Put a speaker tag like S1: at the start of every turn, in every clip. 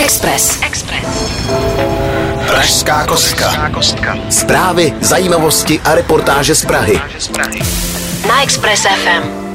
S1: Express. Pražská kostka. Zprávy, zajímavosti a reportáže z Prahy.
S2: Na Express FM.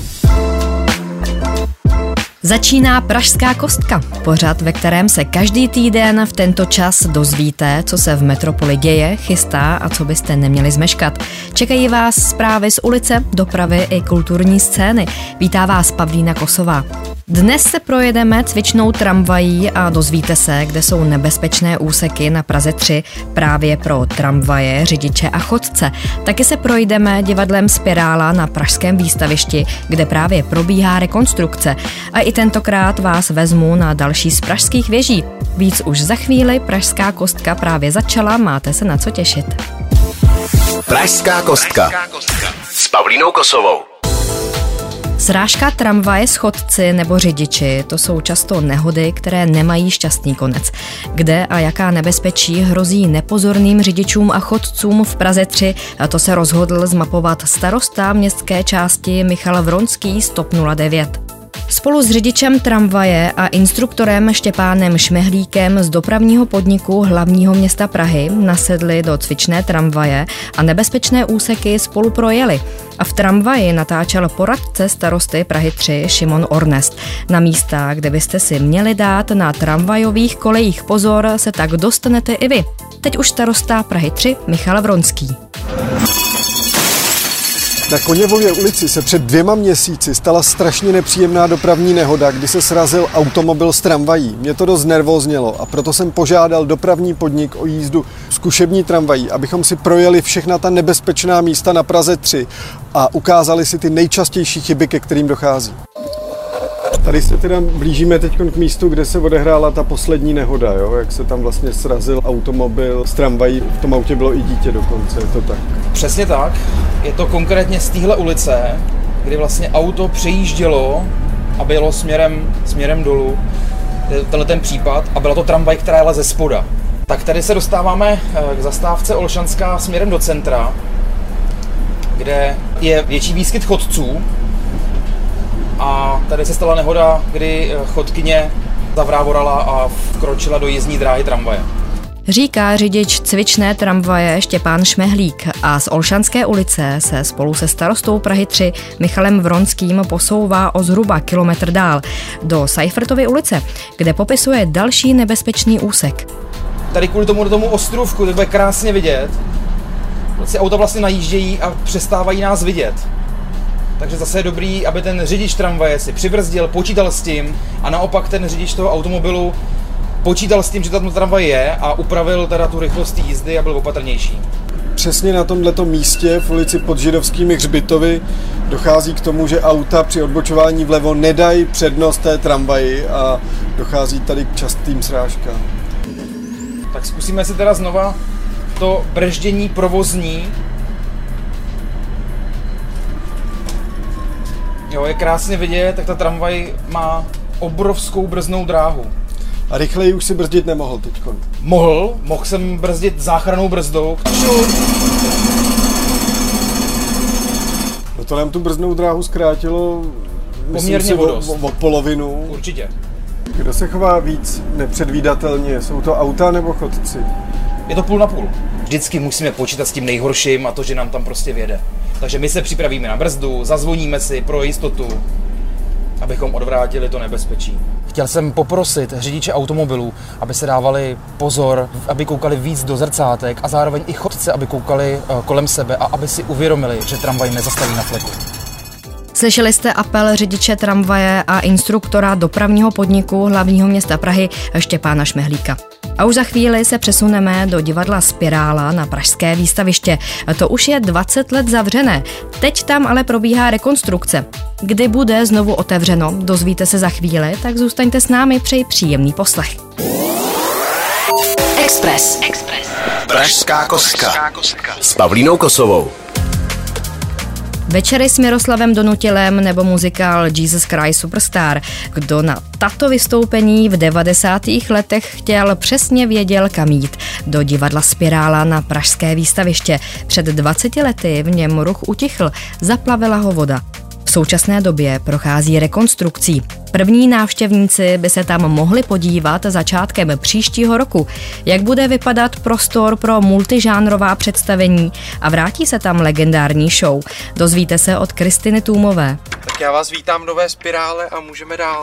S3: Začíná Pražská kostka, pořad, ve kterém se každý týden v tento čas dozvíte, co se v metropoli děje, chystá a co byste neměli zmeškat. Čekají vás zprávy z ulice, dopravy i kulturní scény. Vítá vás Pavlína Kosová. Dnes se projedeme cvičnou tramvají a dozvíte se, kde jsou nebezpečné úseky na Praze 3 právě pro tramvaje, řidiče a chodce. Taky se projdeme divadlem Spirála na pražském výstavišti, kde právě probíhá rekonstrukce. A i tentokrát vás vezmu na další z pražských věží. Víc už za chvíli, Pražská kostka právě začala, máte se na co těšit.
S1: Pražská kostka s Pavlínou Kosovou.
S3: Srážka tramvaje s chodci nebo řidiči, to jsou často nehody, které nemají šťastný konec. Kde a jaká nebezpečí hrozí nepozorným řidičům a chodcům v Praze 3, a to se rozhodl zmapovat starosta městské části Michal Vronský z TOP 09. Spolu s řidičem tramvaje a instruktorem Štěpánem Šmehlíkem z dopravního podniku hlavního města Prahy nasedli do cvičné tramvaje a nebezpečné úseky spolu projeli. A v tramvaji natáčel poradce starosty Prahy 3 Šimon Ornest. Na místa, kde byste si měli dát na tramvajových kolejích pozor, se tak dostanete i vy. Teď už starosta Prahy 3 Michal Vronský.
S4: Na Koněvově ulici se před 2 měsíci stala strašně nepříjemná dopravní nehoda, kdy se srazil automobil s tramvají. Mě to dost nervóznělo a proto jsem požádal dopravní podnik o jízdu zkušební tramvají, abychom si projeli všechna ta nebezpečná místa na Praze 3 a ukázali si ty nejčastější chyby, ke kterým dochází. Tady se teda blížíme teď k místu, kde se odehrála ta poslední nehoda, jo? Jak se tam vlastně srazil automobil s tramvají, v tom autě bylo i dítě dokonce, je to tak?
S5: Přesně tak, je to konkrétně z téhle ulice, kdy vlastně auto přejíždělo a bylo směrem dolů, tenhle ten případ, a byla to tramvaj, která jela ze spoda. Tak tady se dostáváme k zastávce Olšanská směrem do centra, kde je větší výskyt chodců. A tady se stala nehoda, kdy chodkyně zavrávorala a vkročila do jízdní dráhy tramvaje.
S3: Říká řidič cvičné tramvaje Štěpán Šmehlík a z Olšanské ulice se spolu se starostou Prahy 3 Michalem Vronským posouvá o zhruba kilometr dál do Seifertovy ulice, kde popisuje další nebezpečný úsek.
S5: Tady kvůli tomu ostrůvku, to bude krásně vidět, si auta vlastně najíždějí a přestávají nás vidět. Takže zase je dobrý, aby ten řidič tramvaje si přibrzdil, počítal s tím a naopak ten řidič toho automobilu počítal s tím, že tam tramvaj je a upravil teda tu rychlost jízdy a byl opatrnější.
S4: Přesně na tomhletom místě v ulici pod Židovskými hřbitovy dochází k tomu, že auta při odbočování vlevo nedají přednost té tramvaji a dochází tady k častým srážkám.
S5: Tak zkusíme si teda znova to brždění provozní. Jo, je krásně vidět, tak ta tramvaj má obrovskou brzdnou dráhu.
S4: A rychleji už si brzdit nemohl teďkon?
S5: Mohl jsem brzdit záchrannou brzdou.
S4: No to nám tu brzdnou dráhu zkrátilo
S5: poměrně
S4: o polovinu.
S5: Určitě.
S4: Kdo se chová víc nepředvídatelně? Jsou to auta nebo chodci?
S5: Je to půl na půl. Vždycky musíme počítat s tím nejhorším a to, že nám tam prostě vjede. Takže my se připravíme na brzdu, zazvoníme si pro jistotu, abychom odvrátili to nebezpečí. Chtěl jsem poprosit řidiče automobilů, aby se dávali pozor, aby koukali víc do zrcátek a zároveň i chodce, aby koukali kolem sebe a aby si uvědomili, že tramvaj nezastaví na fleku.
S3: Slyšeli jste apel řidiče tramvaje a instruktora dopravního podniku hlavního města Prahy Štěpána Šmehlíka. A už za chvíli se přesuneme do divadla Spirála na pražské výstaviště. To už je 20 let zavřené. Teď tam ale probíhá rekonstrukce. Kdy bude znovu otevřeno, dozvíte se za chvíli, tak zůstaňte s námi, přeji příjemný poslech.
S1: Express. Pražská kostka s Pavlínou Kosovou.
S3: Večery s Miroslavem Donutilem nebo muzikál Jesus Christ Superstar. Kdo na tato vystoupení v 90. letech chtěl, přesně věděl, kam jít. Do divadla Spirála na pražské výstaviště. Před 20 lety v něm ruch utichl, zaplavila ho voda. V současné době prochází rekonstrukcí. První návštěvníci by se tam mohli podívat začátkem příštího roku, jak bude vypadat prostor pro multižánrová představení a vrátí se tam legendární show. Dozvíte se od Kristiny Tůmové.
S6: Tak já vás vítám v Nové Spirále a můžeme dál.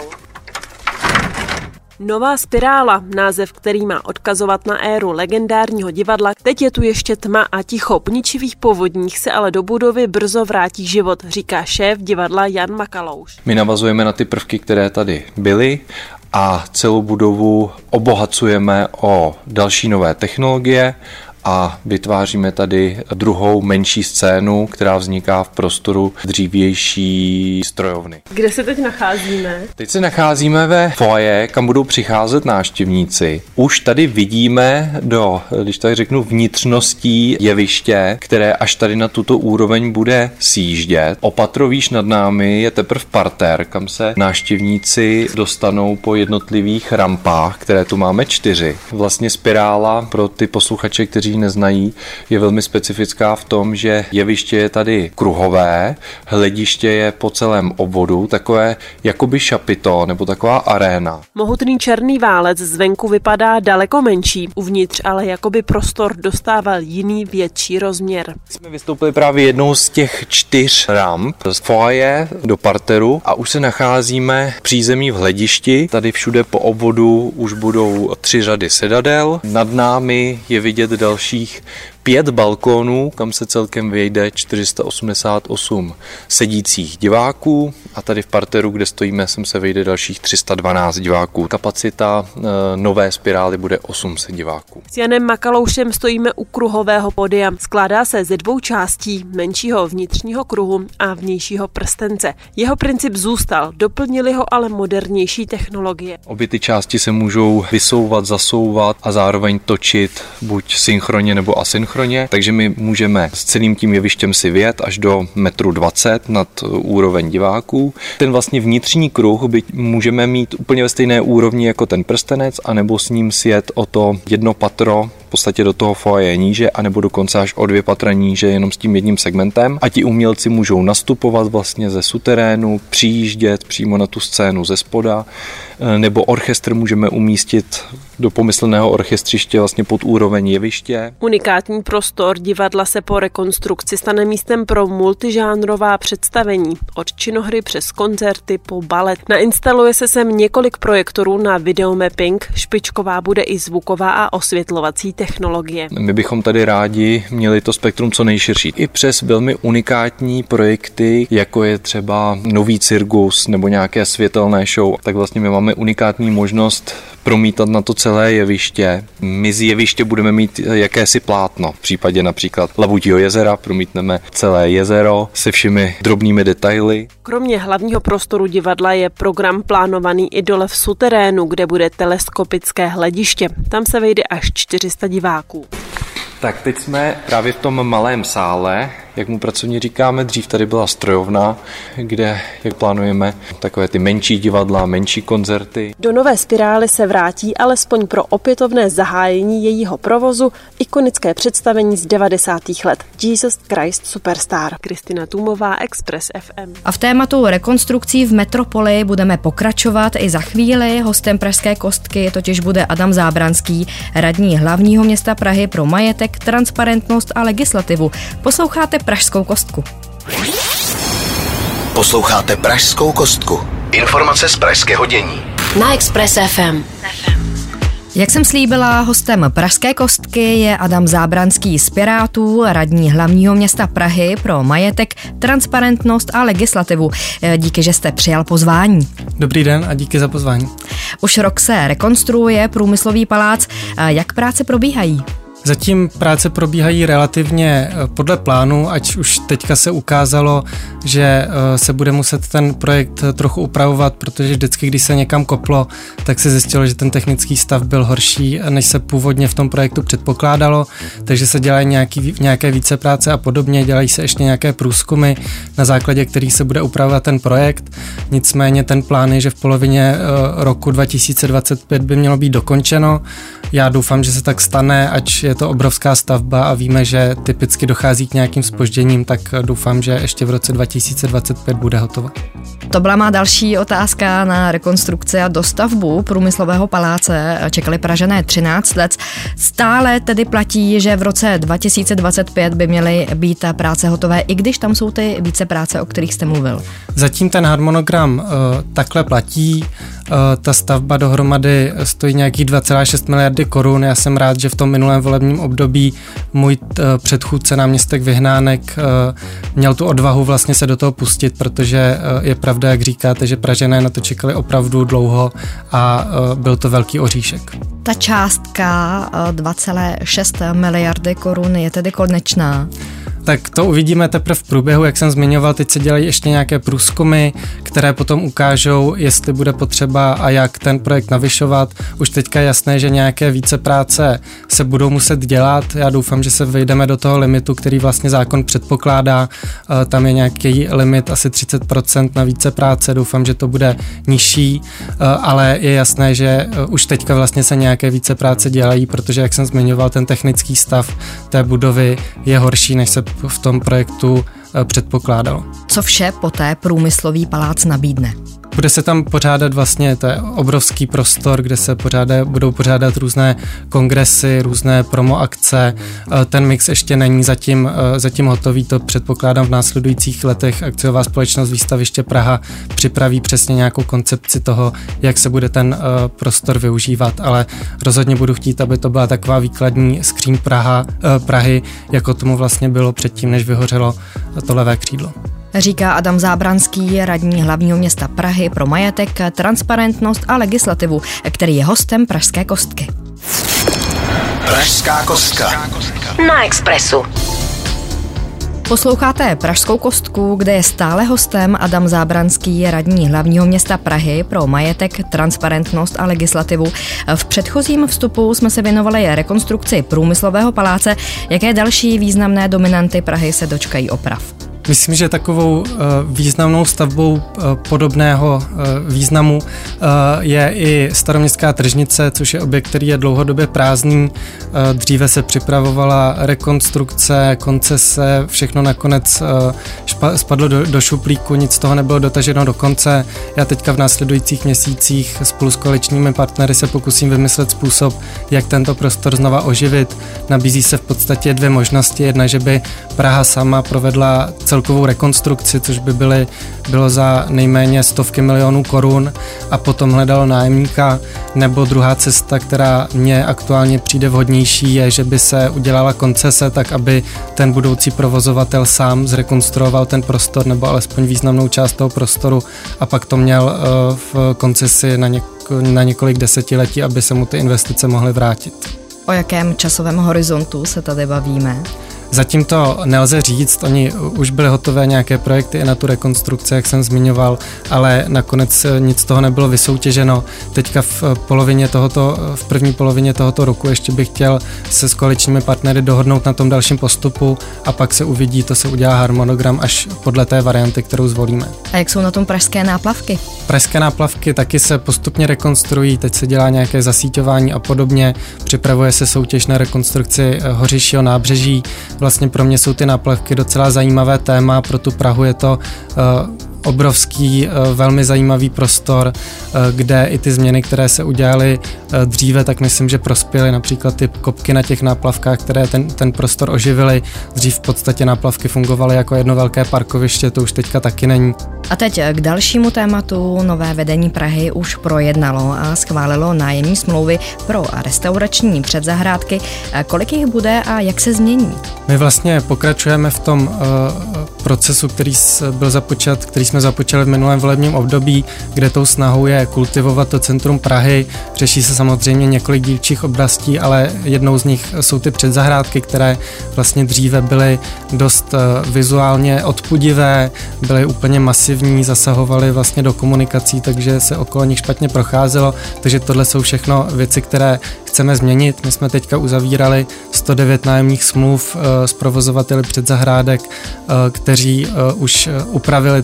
S7: Nová Spirála, název, který má odkazovat na éru legendárního divadla. Teď je tu ještě tma a ticho. Po ničivých povodních se ale do budovy brzo vrátí život, říká šéf divadla Jan Makalouš.
S6: My navazujeme na ty prvky, které tady byly a celou budovu obohacujeme o další nové technologie a vytváříme tady druhou menší scénu, která vzniká v prostoru dřívější strojovny.
S7: Kde se teď nacházíme?
S6: Teď se nacházíme ve foyer, kam budou přicházet návštěvníci. Už tady vidíme když tak řeknu, vnitřností jeviště, které až tady na tuto úroveň bude sjíždět. O patro výš nad námi je teprve parter, kam se návštěvníci dostanou po jednotlivých rampách, které tu máme 4. Vlastně Spirála pro ty posluchače, kteří neznají, je velmi specifická v tom, že jeviště je tady kruhové, hlediště je po celém obvodu, takové jakoby šapito nebo taková aréna.
S7: Mohutný černý válec zvenku vypadá daleko menší, uvnitř ale jakoby prostor dostával jiný větší rozměr.
S6: Jsme vystoupili právě jednou z těch 4 ramp z foyer do parteru a už se nacházíme v přízemí v hledišti. Tady všude po obvodu už budou 3 řady sedadel. Nad námi je vidět dalších 5 balkónů, kam se celkem vejde 488 sedících diváků a tady v parteru, kde stojíme, sem se vejde dalších 312 diváků. Kapacita Nové Spirály bude 800 diváků.
S7: S Janem Makaloušem stojíme u kruhového podia. Skládá se ze 2 částí, menšího vnitřního kruhu a vnějšího prstence. Jeho princip zůstal, doplnili ho ale modernější technologie.
S6: Obě ty části se můžou vysouvat, zasouvat a zároveň točit buď synchronně nebo asynchronně. Takže my můžeme s celým tím jevištěm si vyjet až do 1,20 m nad úroveň diváků. Ten vlastně vnitřní kruh můžeme mít úplně ve stejné úrovni jako ten prstenec, anebo s ním sjet o to 1 patro v podstatě do toho foyer níže, anebo dokonce až o 2 patra níže jenom s tím jedním segmentem. A ti umělci můžou nastupovat vlastně ze suterénu, přijíždět přímo na tu scénu ze spoda, nebo orchestr můžeme umístit do pomyslného orchestřiště vlastně pod úroveň jeviště.
S7: Unikátní prostor divadla se po rekonstrukci stane místem pro multižánrová představení. Od činohry přes koncerty po balet. Nainstaluje se sem několik projektorů na videomapping, špičková bude i zvuková a osvětlovací technologie.
S6: My bychom tady rádi měli to spektrum co nejširší. I přes velmi unikátní projekty, jako je třeba nový cirkus nebo nějaké světelné show, tak vlastně my máme unikátní možnost promítat na to celé jeviště. My z jeviště budeme mít jakési plátno. V případě například Labutího jezera promítneme celé jezero se všemi drobnými detaily.
S7: Kromě hlavního prostoru divadla je program plánovaný i dole v suterénu, kde bude teleskopické hlediště. Tam se vejde až 400 diváků.
S6: Tak teď jsme právě v tom malém sále, jak mu pracovně říkáme, dřív tady byla strojovna, kde, jak plánujeme, takové ty menší divadla, menší koncerty.
S7: Do Nové Spirály se vrátí alespoň pro opětovné zahájení jejího provozu ikonické představení z 90. let Jesus Christ Superstar. Kristina Tůmová, Express FM.
S3: A v tématu rekonstrukcí v metropoli budeme pokračovat i za chvíli. Hostem Pražské kostky totiž bude Adam Zábranský, radní hlavního města Prahy pro majetek, transparentnost a legislativu. Posloucháte Pražskou kostku.
S1: Posloucháte Pražskou kostku. Informace z pražského dění.
S2: Na Express FM.
S3: Jak jsem slíbila, hostem Pražské kostky je Adam Zábranský z Pirátů, radní hlavního města Prahy pro majetek, transparentnost a legislativu. Díky, že jste přijal pozvání.
S8: Dobrý den a díky za pozvání.
S3: Už rok se rekonstruuje průmyslový palác. Jak práce probíhají?
S8: Zatím práce probíhají relativně podle plánu, ať už teďka se ukázalo, že se bude muset ten projekt trochu upravovat, protože vždycky, když se někam koplo, tak se zjistilo, že ten technický stav byl horší, než se původně v tom projektu předpokládalo, takže se dělají nějaké více práce a podobně, dělají se ještě nějaké průzkumy, na základě kterých se bude upravovat ten projekt. Nicméně ten plán je, že v polovině roku 2025 by mělo být dokončeno. Já doufám, že se tak stane, ač je to obrovská stavba a víme, že typicky dochází k nějakým zpožděním, tak doufám, že ještě v roce 2025 bude hotovo.
S3: To byla má další otázka na rekonstrukci a dostavbu průmyslového paláce. Čekali Pražané 13 let. Stále tedy platí, že v roce 2025 by měly být práce hotové, i když tam jsou ty více práce, o kterých jste mluvil.
S8: Zatím ten harmonogram takhle platí. Ta stavba dohromady stojí nějakých 2,6 miliardy korun. Já jsem rád, že v tom minulém volebním období můj předchůdce, náměstek Vyhnánek, měl tu odvahu vlastně se do toho pustit, protože je pravda, jak říkáte, že Pražané na to čekali opravdu dlouho a byl to velký oříšek.
S3: Ta částka 2,6 miliardy korun je tedy konečná?
S8: Tak to uvidíme teprve v průběhu, jak jsem zmiňoval, teď se dělají ještě nějaké průzkumy, které potom ukážou, jestli bude potřeba a jak ten projekt navyšovat. Už teďka je jasné, že nějaké více práce se budou muset dělat. Já doufám, že se vejdeme do toho limitu, který vlastně zákon předpokládá. Tam je nějaký limit asi 30% na více práce. Doufám, že to bude nižší, ale je jasné, že už teďka vlastně se nějaké více práce dělají, protože, jak jsem zmiňoval, ten technický stav té budovy je horší, než se v tom projektu předpokládalo.
S3: Co vše poté průmyslový palác nabídne?
S8: Bude se tam pořádat vlastně, to je obrovský prostor, kde se budou pořádat různé kongresy, různé promo akce. Ten mix ještě není zatím hotový, to předpokládám v následujících letech. Akciová společnost Výstaviště Praha připraví přesně nějakou koncepci toho, jak se bude ten prostor využívat, ale rozhodně budu chtít, aby to byla taková výkladní skříň Prahy, jako tomu vlastně bylo předtím, než vyhořelo to levé křídlo.
S3: Říká Adam Zábranský, radní hlavního města Prahy pro majetek, transparentnost a legislativu, který je hostem Pražské kostky.
S1: Pražská kostka.
S2: Na Expressu.
S3: Posloucháte Pražskou kostku, kde je stále hostem Adam Zábranský, radní hlavního města Prahy pro majetek, transparentnost a legislativu. V předchozím vstupu jsme se věnovali rekonstrukci průmyslového paláce. Jaké další významné dominanty Prahy se dočkají oprav?
S8: Myslím, že takovou významnou stavbou podobného významu je i Staroměstská tržnice, což je objekt, který je dlouhodobě prázdný. Dříve se připravovala rekonstrukce, koncese, všechno nakonec spadlo do šuplíku, nic z toho nebylo dotaženo do konce. Já teďka v následujících měsících spolu s koaličními partnery se pokusím vymyslet způsob, jak tento prostor znova oživit. Nabízí se v podstatě dvě možnosti. Jedna, že by Praha sama provedla celkovou rekonstrukci, což by bylo za nejméně stovky milionů korun a potom hledalo nájemníka, nebo druhá cesta, která mně aktuálně přijde vhodnější, je, že by se udělala koncese tak, aby ten budoucí provozovatel sám zrekonstruoval ten prostor nebo alespoň významnou část toho prostoru a pak to měl v koncesi na několik desetiletí, aby se mu ty investice mohly vrátit.
S3: O jakém časovém horizontu se tady bavíme?
S8: Zatím to nelze říct, oni už byly hotové nějaké projekty i na tu rekonstrukci, jak jsem zmiňoval, ale nakonec nic z toho nebylo vysoutěženo. Teďka v první polovině tohoto roku ještě bych chtěl se s koaličními partnery dohodnout na tom dalším postupu a pak se uvidí, to se udělá harmonogram až podle té varianty, kterou zvolíme.
S3: A jak jsou na tom pražské náplavky?
S8: Pražské náplavky taky se postupně rekonstruují, teď se dělá nějaké zasíťování a podobně, připravuje se soutěž na rekonstrukci Hořejšího nábřeží. Vlastně pro mě jsou ty náplavky docela zajímavé téma, pro tu Prahu je to obrovský, velmi zajímavý prostor, kde i ty změny, které se udělaly dříve, tak myslím, že prospěly, například ty kopky na těch náplavkách, které ten prostor oživily. Dřív v podstatě náplavky fungovaly jako jedno velké parkoviště, to už teďka taky není.
S3: A teď k dalšímu tématu. Nové vedení Prahy už projednalo a schválilo nájemní smlouvy pro restaurační předzahrádky. Kolik jich bude a jak se změní?
S8: My vlastně pokračujeme v tom procesu, který jsme započali v minulém volebním období, kde tou snahou je kultivovat to centrum Prahy. Řeší se samozřejmě několik dílčích oblastí, ale jednou z nich jsou ty předzahrádky, které vlastně dříve byly dost vizuálně odpudivé, byly úplně masivní, zasahovaly vlastně do komunikací, takže se okolo nich špatně procházelo. Takže tohle jsou všechno věci, které chceme změnit. My jsme teďka uzavírali 109 nájemních smluv s provozovateli předzahrádek, kteří už upravili ty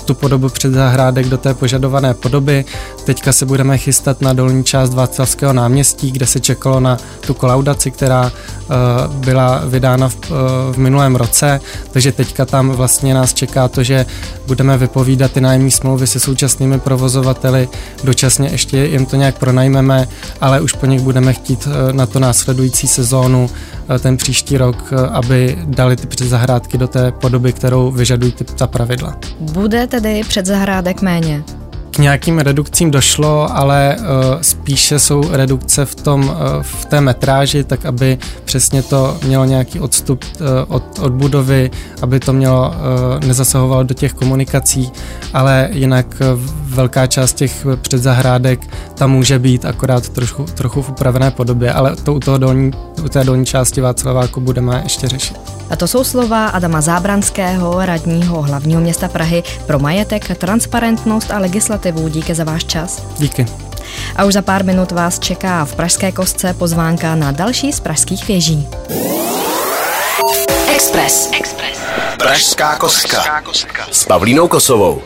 S8: tu podobu předzahrádek do té požadované podoby. Teďka se budeme chystat na dolní část Václavského náměstí, kde se čekalo na tu kolaudaci, která byla vydána v minulém roce, takže teďka tam vlastně nás čeká to, že budeme vypovídat ty nájemní smlouvy se současnými provozovateli, dočasně ještě jim to nějak pronajmeme, ale už po nich budeme chtít na to následující sezónu, ten příští rok, aby dali ty předzahrádky do té podoby, kterou vyžadují ta pravidla.
S3: Bude tedy předzahrádek méně?
S8: K nějakým redukcím došlo, ale spíše jsou redukce v té metráži, tak aby přesně to mělo nějaký odstup od budovy, aby to nezasahovalo do těch komunikací, ale jinak velká část těch předzahrádek tam může být akorát trochu v upravené podobě, ale to u té dolní části Václaváku budeme ještě řešit.
S3: A to jsou slova Adama Zábranského, radního hlavního města Prahy pro majetek, transparentnost a legislativu. Díky za váš čas.
S8: Díky.
S3: A už za pár minut vás čeká v Pražské Kostce pozvánka na další z pražských věží.
S2: Express.
S1: Pražská kostka s Pavlínou Kosovou.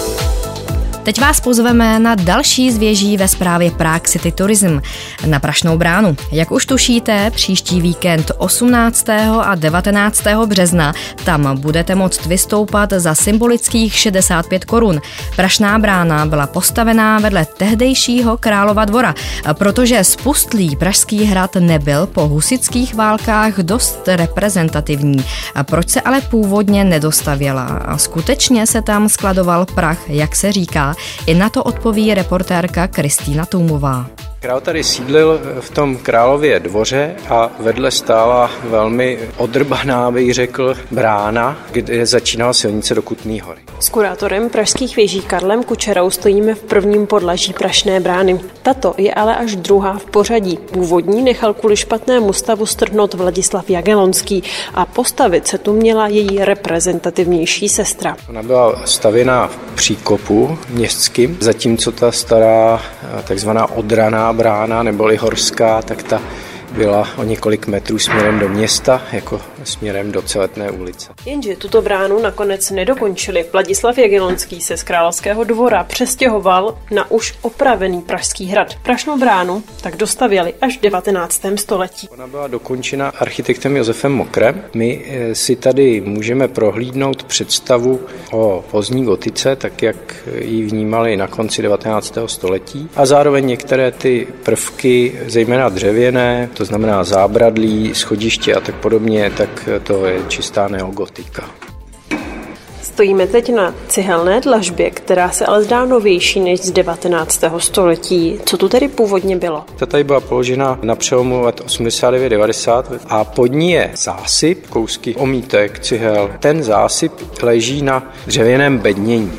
S3: Teď vás pozveme na další z věží ve správě Prague City Tourism, na Prašnou bránu. Jak už tušíte, příští víkend 18. a 19. března tam budete moct vystoupat za symbolických 65 korun. Prašná brána byla postavená vedle tehdejšího Králova dvora, protože spustlý Pražský hrad nebyl po husitských válkách dost reprezentativní. A proč se ale původně nedostavěla? A skutečně se tam skladoval prach, jak se říká? I na to odpoví reportérka Kristýna Toumová.
S9: Král tady sídlil v tom Králově dvoře a vedle stála velmi odrbaná, bych řekl, brána, kde začínala silnice do Kutné Hory.
S7: S kurátorem pražských věží Karlem Kučerou stojíme v prvním podlaží Prašné brány. Tato je ale až druhá v pořadí. Původní nechal kvůli špatnému stavu strhnout Vladislav Jagellonský a postavit se tu měla její reprezentativnější sestra.
S9: Ona byla stavěná v příkopu městským, zatímco ta stará takzvaná odraná brána neboli horská, tak ta byla o několik metrů směrem do města, jako směrem do Celetné ulice.
S7: Jenže tuto bránu nakonec nedokončili. Vladislav Jagellonský se z Královského dvora přestěhoval na už opravený Pražský hrad. Prašnou bránu tak dostavěli až v 19. století.
S9: Ona byla dokončena architektem Josefem Mokrem. My si tady můžeme prohlídnout představu o pozdní gotice, tak jak ji vnímali na konci 19. století. A zároveň některé ty prvky, zejména dřevěné, to znamená zábradlí, schodiště a tak podobně, tak to je čistá neogotika.
S7: Stojíme teď na cihelné dlažbě, která se ale zdá novější než z 19. století. Co tu tedy původně bylo?
S9: Ta tady byla položena na přelomu let 89-90 a pod ní je zásyp, kousky omítek, cihel. Ten zásyp leží na dřevěném bednění.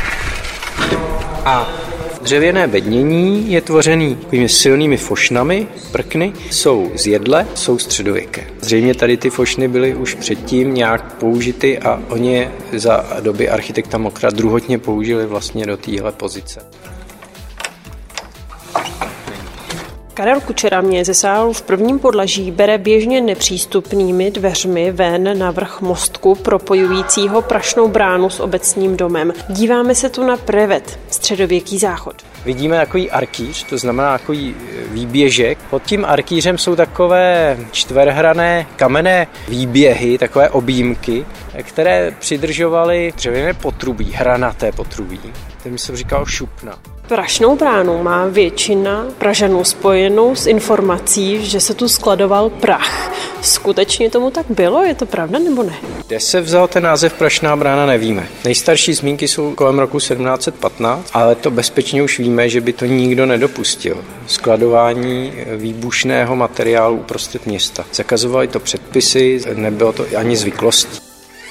S9: A dřevěné bednění je tvořený takovými silnými fošnami, prkny, jsou z jedle, jsou středověké. Zřejmě tady ty fošny byly už předtím nějak použity a oni je za doby architekta Mokra druhotně použili vlastně do téhle pozice.
S7: Karel Kučera mě ze sálu v prvním podlaží bere běžně nepřístupnými dveřmi ven na vrch mostku propojujícího Prašnou bránu s obecním domem. Díváme se tu na prevet, středověký záchod.
S9: Vidíme takový arkýř, to znamená takový výběžek. Pod tím arkýřem jsou takové čtverhrané kamenné výběhy, takové objímky, které přidržovaly dřevěné potrubí, hranaté potrubí. Ten se říkal šupna.
S7: Prašnou bránu má většina Pražanů spojenou s informací, že se tu skladoval prach. Skutečně tomu tak bylo? Je to pravda nebo ne?
S9: Kde se vzal ten název Prašná brána, nevíme. Nejstarší zmínky jsou kolem roku 1715, ale to bezpečně už víme, že by to nikdo nedopustil. Skladování výbušného materiálu uprostřed města. Zakazovali to předpisy, nebylo to ani zvyklostí.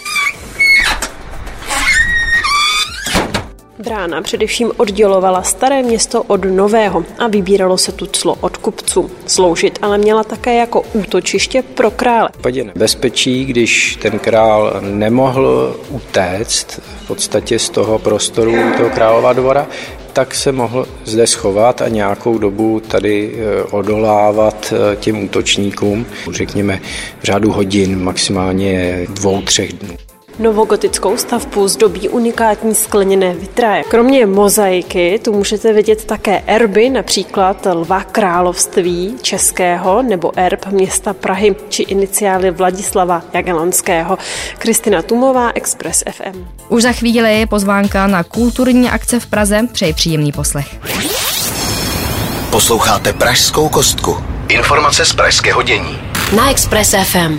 S7: Brána především oddělovala staré město od nového a vybíralo se tu clo od kupců. Sloužit ale měla také jako útočiště pro krále.
S9: V případě nebezpečí, když ten král nemohl utéct v podstatě z toho prostoru toho Králova dvora, tak se mohl zde schovat a nějakou dobu tady odolávat těm útočníkům, řekněme v řádu hodin, maximálně 2-3 dnů.
S7: Novogotickou stavbu zdobí unikátní skleněné vitraje. Kromě mozaiky tu můžete vidět také erby, například Lva království českého nebo erb města Prahy či iniciály Vladislava Jagellonského. Kristina Tumová, Express FM.
S3: Už za chvíli je pozvánka na kulturní akce v Praze. Přeji příjemný poslech.
S1: Posloucháte Pražskou kostku. Informace z pražského dění.
S2: Na Express FM.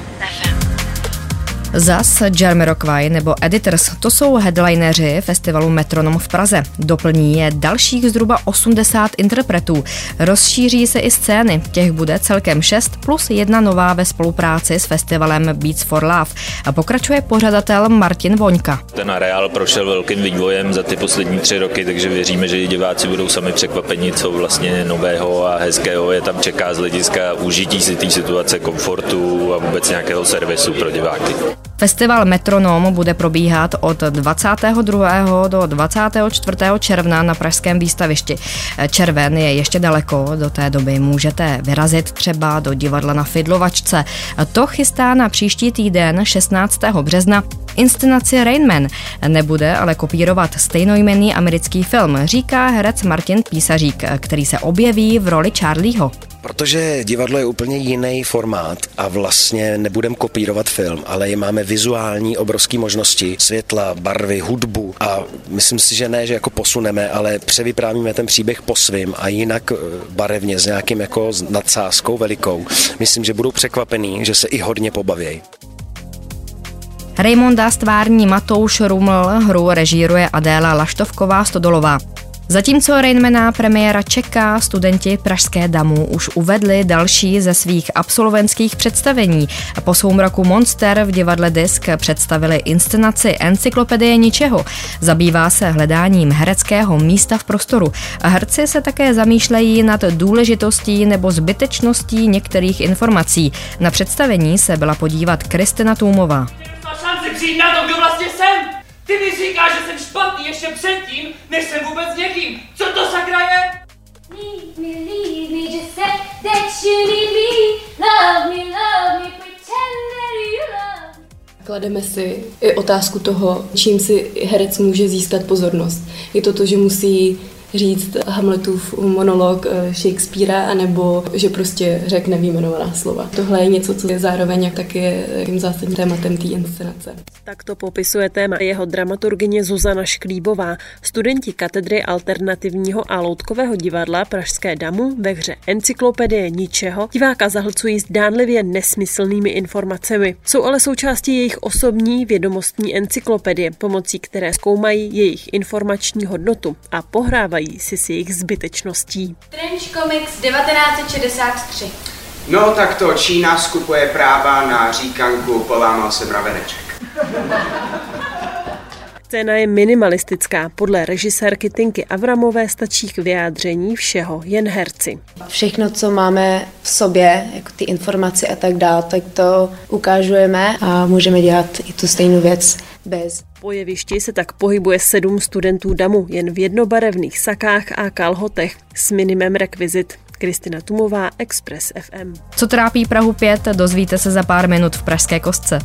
S3: Zas Jamiroquai nebo Editors, to jsou headlineři festivalu Metronom v Praze. Doplní je dalších zhruba 80 interpretů. Rozšíří se i scény, těch bude celkem 6 plus 1 nová ve spolupráci s festivalem Beats for Love. A pokračuje pořadatel Martin Voňka.
S10: Ten areál prošel velkým vývojem za ty poslední 3 roky, takže věříme, že diváci budou sami překvapeni, co vlastně nového a hezkého je tam čeká z hlediska užití si té situace, komfortu a vůbec nějakého servisu pro diváky.
S3: Festival Metronom bude probíhat od 22. do 24. června na pražském výstavišti. Červen je ještě daleko, do té doby můžete vyrazit třeba do divadla na Fidlovačce. To chystá na příští týden 16. března inscenaci Rain Man. Nebude ale kopírovat stejnojmenný americký film, říká herec Martin Písařík, který se objeví v roli Charlieho.
S1: Protože divadlo je úplně jiný formát a vlastně nebudeme kopírovat film, ale máme vizuální obrovské možnosti, světla, barvy, hudbu a myslím si, že ne, že jako posuneme, ale převyprávíme ten příběh po svým a jinak barevně s nějakým jako nadsázkou velikou. Myslím, že budou překvapení, že se i hodně pobavějí.
S3: Raymonda stvární Matouš Ruml, hru režíruje Adéla Laštovková-Stodolová. Zatímco Rainmana premiéra čeká, studenti Pražské Damu už uvedli další ze svých absolventských představení. Po soumraku Monster v divadle Disk představili inscenaci Encyklopedie ničeho. Zabývá se hledáním hereckého místa v prostoru. A herci se také zamýšlejí nad důležitostí nebo zbytečností některých informací. Na představení se byla podívat Kristina Tumová.
S11: Šanci přijít na to, kdo vlastně jsem. Ty mi říkáš, že jsem špatný ještě předtím, než jsem vůbec někým. Co to sakra je?
S12: Klademe si i otázku toho, čím si herec může získat pozornost. Je to, že musí říct Hamletův monolog Shakespearea, anebo že prostě řekne vyjmenovaná slova. Tohle je něco, co je zároveň taky zásadním tématem té inscenace.
S7: Tak to popisuje téma jeho dramaturgyně Zuzana Šklíbová. Studenti katedry alternativního a loutkového divadla Pražské Damu ve hře Encyklopedie ničeho diváka zahlcují zdánlivě nesmyslnými informacemi. Jsou ale součástí jejich osobní vědomostní encyklopedie, pomocí které zkoumají jejich informační hodnotu a pohrávají si s jejich zbytečností.
S13: Trench Comics 1963.
S14: No tak to Čína skupuje práva na říkanku Polámal se mraveneček.
S7: Scéna je minimalistická. Podle režisérky Tinky Avramové stačí k vyjádření všeho jen herci.
S12: Všechno, co máme v sobě, jako ty informace a tak dále, tak to ukážeme a můžeme dělat i tu stejnou věc bez.
S7: Po jevišti se tak pohybuje 7 studentů Damu jen v jednobarevných sakách a kalhotech s minimem rekvizit. Kristina Tumová, Express FM.
S3: Co trápí Prahu 5, dozvíte se za pár minut v Pražské kostce.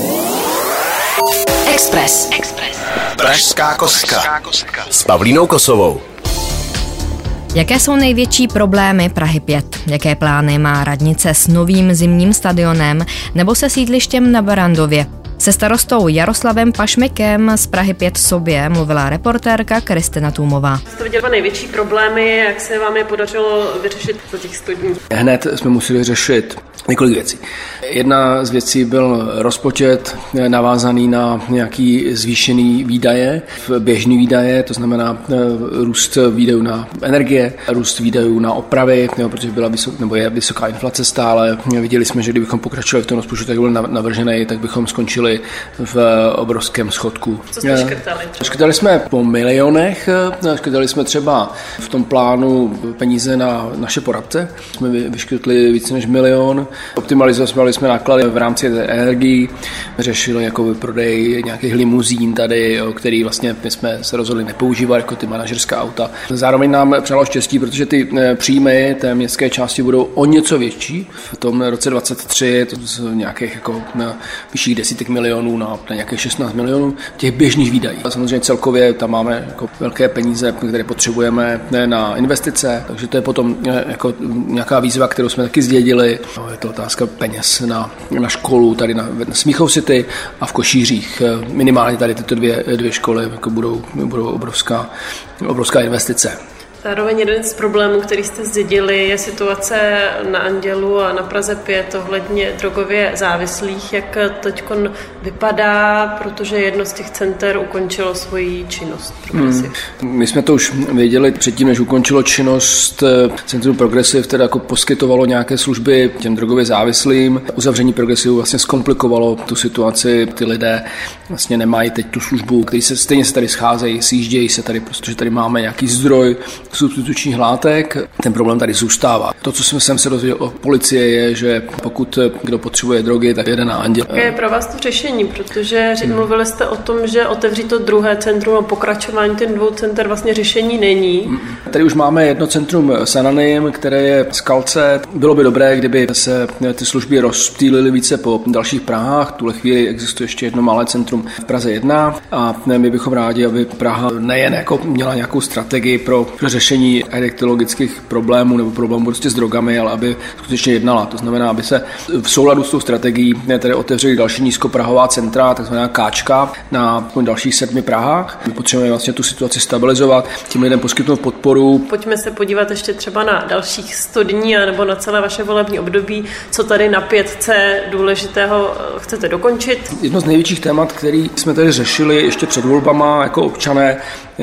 S2: Express.
S1: Pražská kostka s Pavlínou Kosovou.
S3: Jaké jsou největší problémy Prahy 5? Jaké plány má radnice s novým zimním stadionem nebo se sídlištěm na Barandově? Se starostou Jaroslavem Pašmikem z Prahy 5 sobě mluvila reportérka Kristina Tumová.
S7: Jste viděla největší problémy, jak se vám je podařilo vyřešit za těch 100 dní?
S15: Hned jsme museli řešit několik věcí. Jedna z věcí byl rozpočet navázaný na nějaký zvýšený výdaje, běžný výdaje, to znamená růst výdajů na energie, růst výdajů na opravy, protože byla je vysoká inflace stále. Viděli jsme, že kdybychom pokračovali v tom rozpočtu, tak byl navržený, tak bychom skončili v obrovském schodku.
S7: Co jste škrtali?
S15: Škrtali jsme po milionech, škrtali jsme třeba v tom plánu peníze na naše poradce. Jsme vyškrtli více než 1 milion. Optimalizovali jsme náklady v rámci energií, řešili jako prodej nějakých limuzín tady, který vlastně my jsme se rozhodli nepoužívat, jako ty manažerská auta. Zároveň nám přálo štěstí, protože ty příjmy té městské části budou o něco větší. V tom roce 2023 to z nějakých jako vyšších desítek milionů milionů na nějakých 16 milionů těch běžných výdajů. A samozřejmě celkově tam máme jako velké peníze, které potřebujeme na investice, takže to je potom jako nějaká výzva, kterou jsme taky zdědili. Je to otázka peněz na školu tady na Smíchov City a v Košířích. Minimálně tady tyto dvě školy jako budou obrovská investice.
S7: Zároveň jeden z problémů, který jste zdědili, je situace na Andělu a na Praze 5 ohledně drogově závislých. Jak teď vypadá, protože jedno z těch center ukončilo svoji činnost Progressive?
S15: My jsme to už věděli předtím, než ukončilo činnost. Centrum Progressive teda jako poskytovalo nějaké služby těm drogově závislým. Uzavření Progressive vlastně zkomplikovalo tu situaci. Ty lidé vlastně nemají teď tu službu, který stejně se tady scházejí, sjíždějí se tady, protože tady máme nějaký zdroj substitučních látek. Ten problém tady zůstává. To, co jsem se dozvěděl od policie, je, že pokud kdo potřebuje drogy, tak jede na Anděl.
S7: Jaké je pro vás to řešení? Protože mluvili jste o tom, že otevřít to druhé centrum a pokračování těch 2 center vlastně řešení není.
S15: Tady už máme jedno centrum Sananim, které je v Skalce. Bylo by dobré, kdyby se ty služby rozptýlily více po dalších Prahách. V tuhle chvíli existuje ještě jedno malé centrum v Praze 1 a my bychom rádi, aby Praha nejen jako měla nějakou strategii pro řešení adiktologických problémů nebo problémů prostě s drogami, ale aby skutečně jednala. To znamená, aby se v souladu s tou strategií tedy otevřely další nízkoprahová centra, takzvaná káčka na dalších 7 Prahách. My potřebujeme vlastně tu situaci stabilizovat, tím lidem poskytnout podporu.
S7: Pojďme se podívat ještě třeba na dalších 100 dní nebo na celé vaše volební období, co tady na 5 důležitého chcete dokončit.
S15: Jedno z největších témat, který jsme tady řešili ještě před volbama jako občané,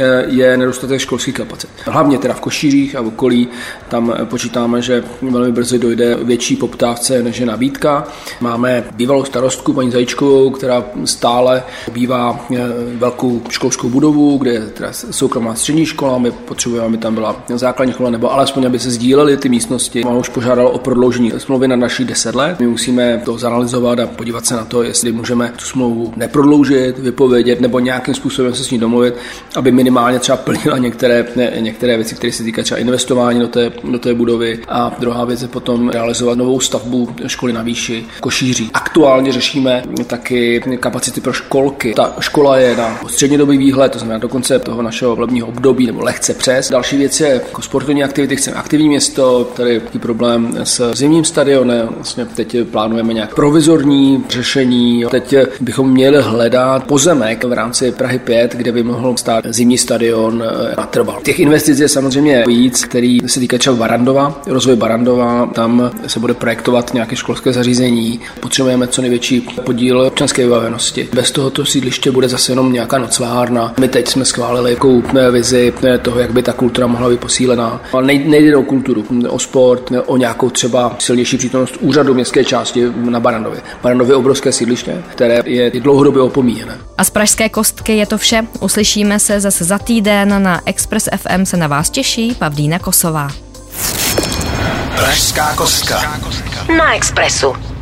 S15: je nedostatek školských kapacit. Hlavně teda v Košířích a v okolí, tam počítáme, že velmi brzy dojde větší poptávce, než je nabídka. Máme bývalou starostku paní Zajíčkovou, která stále bývá velkou školskou budovu, kde je teda soukromá střední škola, my potřebujeme, aby tam byla základní škola, nebo alespoň, aby se sdílely ty místnosti. Ona už požádala o prodloužení smlouvy na dalších 10 let. My musíme to zanalyzovat a podívat se na to, jestli můžeme tu smlouvu neprodloužit, vypovědět nebo nějakým způsobem se s ní domluvit, aby minimálně třeba plnila některé věci, které se týkají třeba investování do té budovy, a druhá věc je potom realizovat novou stavbu školy na výši Košíří. Aktuálně řešíme taky kapacity pro školky. Ta škola je na střednědobý výhled, to znamená do konce toho našeho volebního období nebo lehce přes. Další věc je jako sportovní aktivity, chceme aktivní město, tady je takový problém s zimním stadionem. Vlastně teď plánujeme nějak provizorní řešení. Teď bychom měli hledat pozemek v rámci Prahy 5, kde by mohl stát zimní stadion natrval. Těch investic je samozřejmě víc, který se týká třeba Barrandova, rozvoj Barrandova, tam se bude projektovat nějaké školské zařízení. Potřebujeme co největší podíl občanské vybavenosti. Bez tohoto sídliště bude zase jenom nějaká noclárna. My teď jsme schválili jakou vizi toho, jak by ta kultura mohla být posílená. Ale nejde o kulturu, o sport, o nějakou třeba silnější přítomnost úřadu městské části na Barrandově. Barrandov je obrovské sídliště, které je dlouhodobě opomíjené.
S3: A z Pražské kostky je to vše. Uslyšíme se zase za týden. Na Express FM se na vás těší Pavlína Kosová.
S2: Pražská kostka. Na Expressu.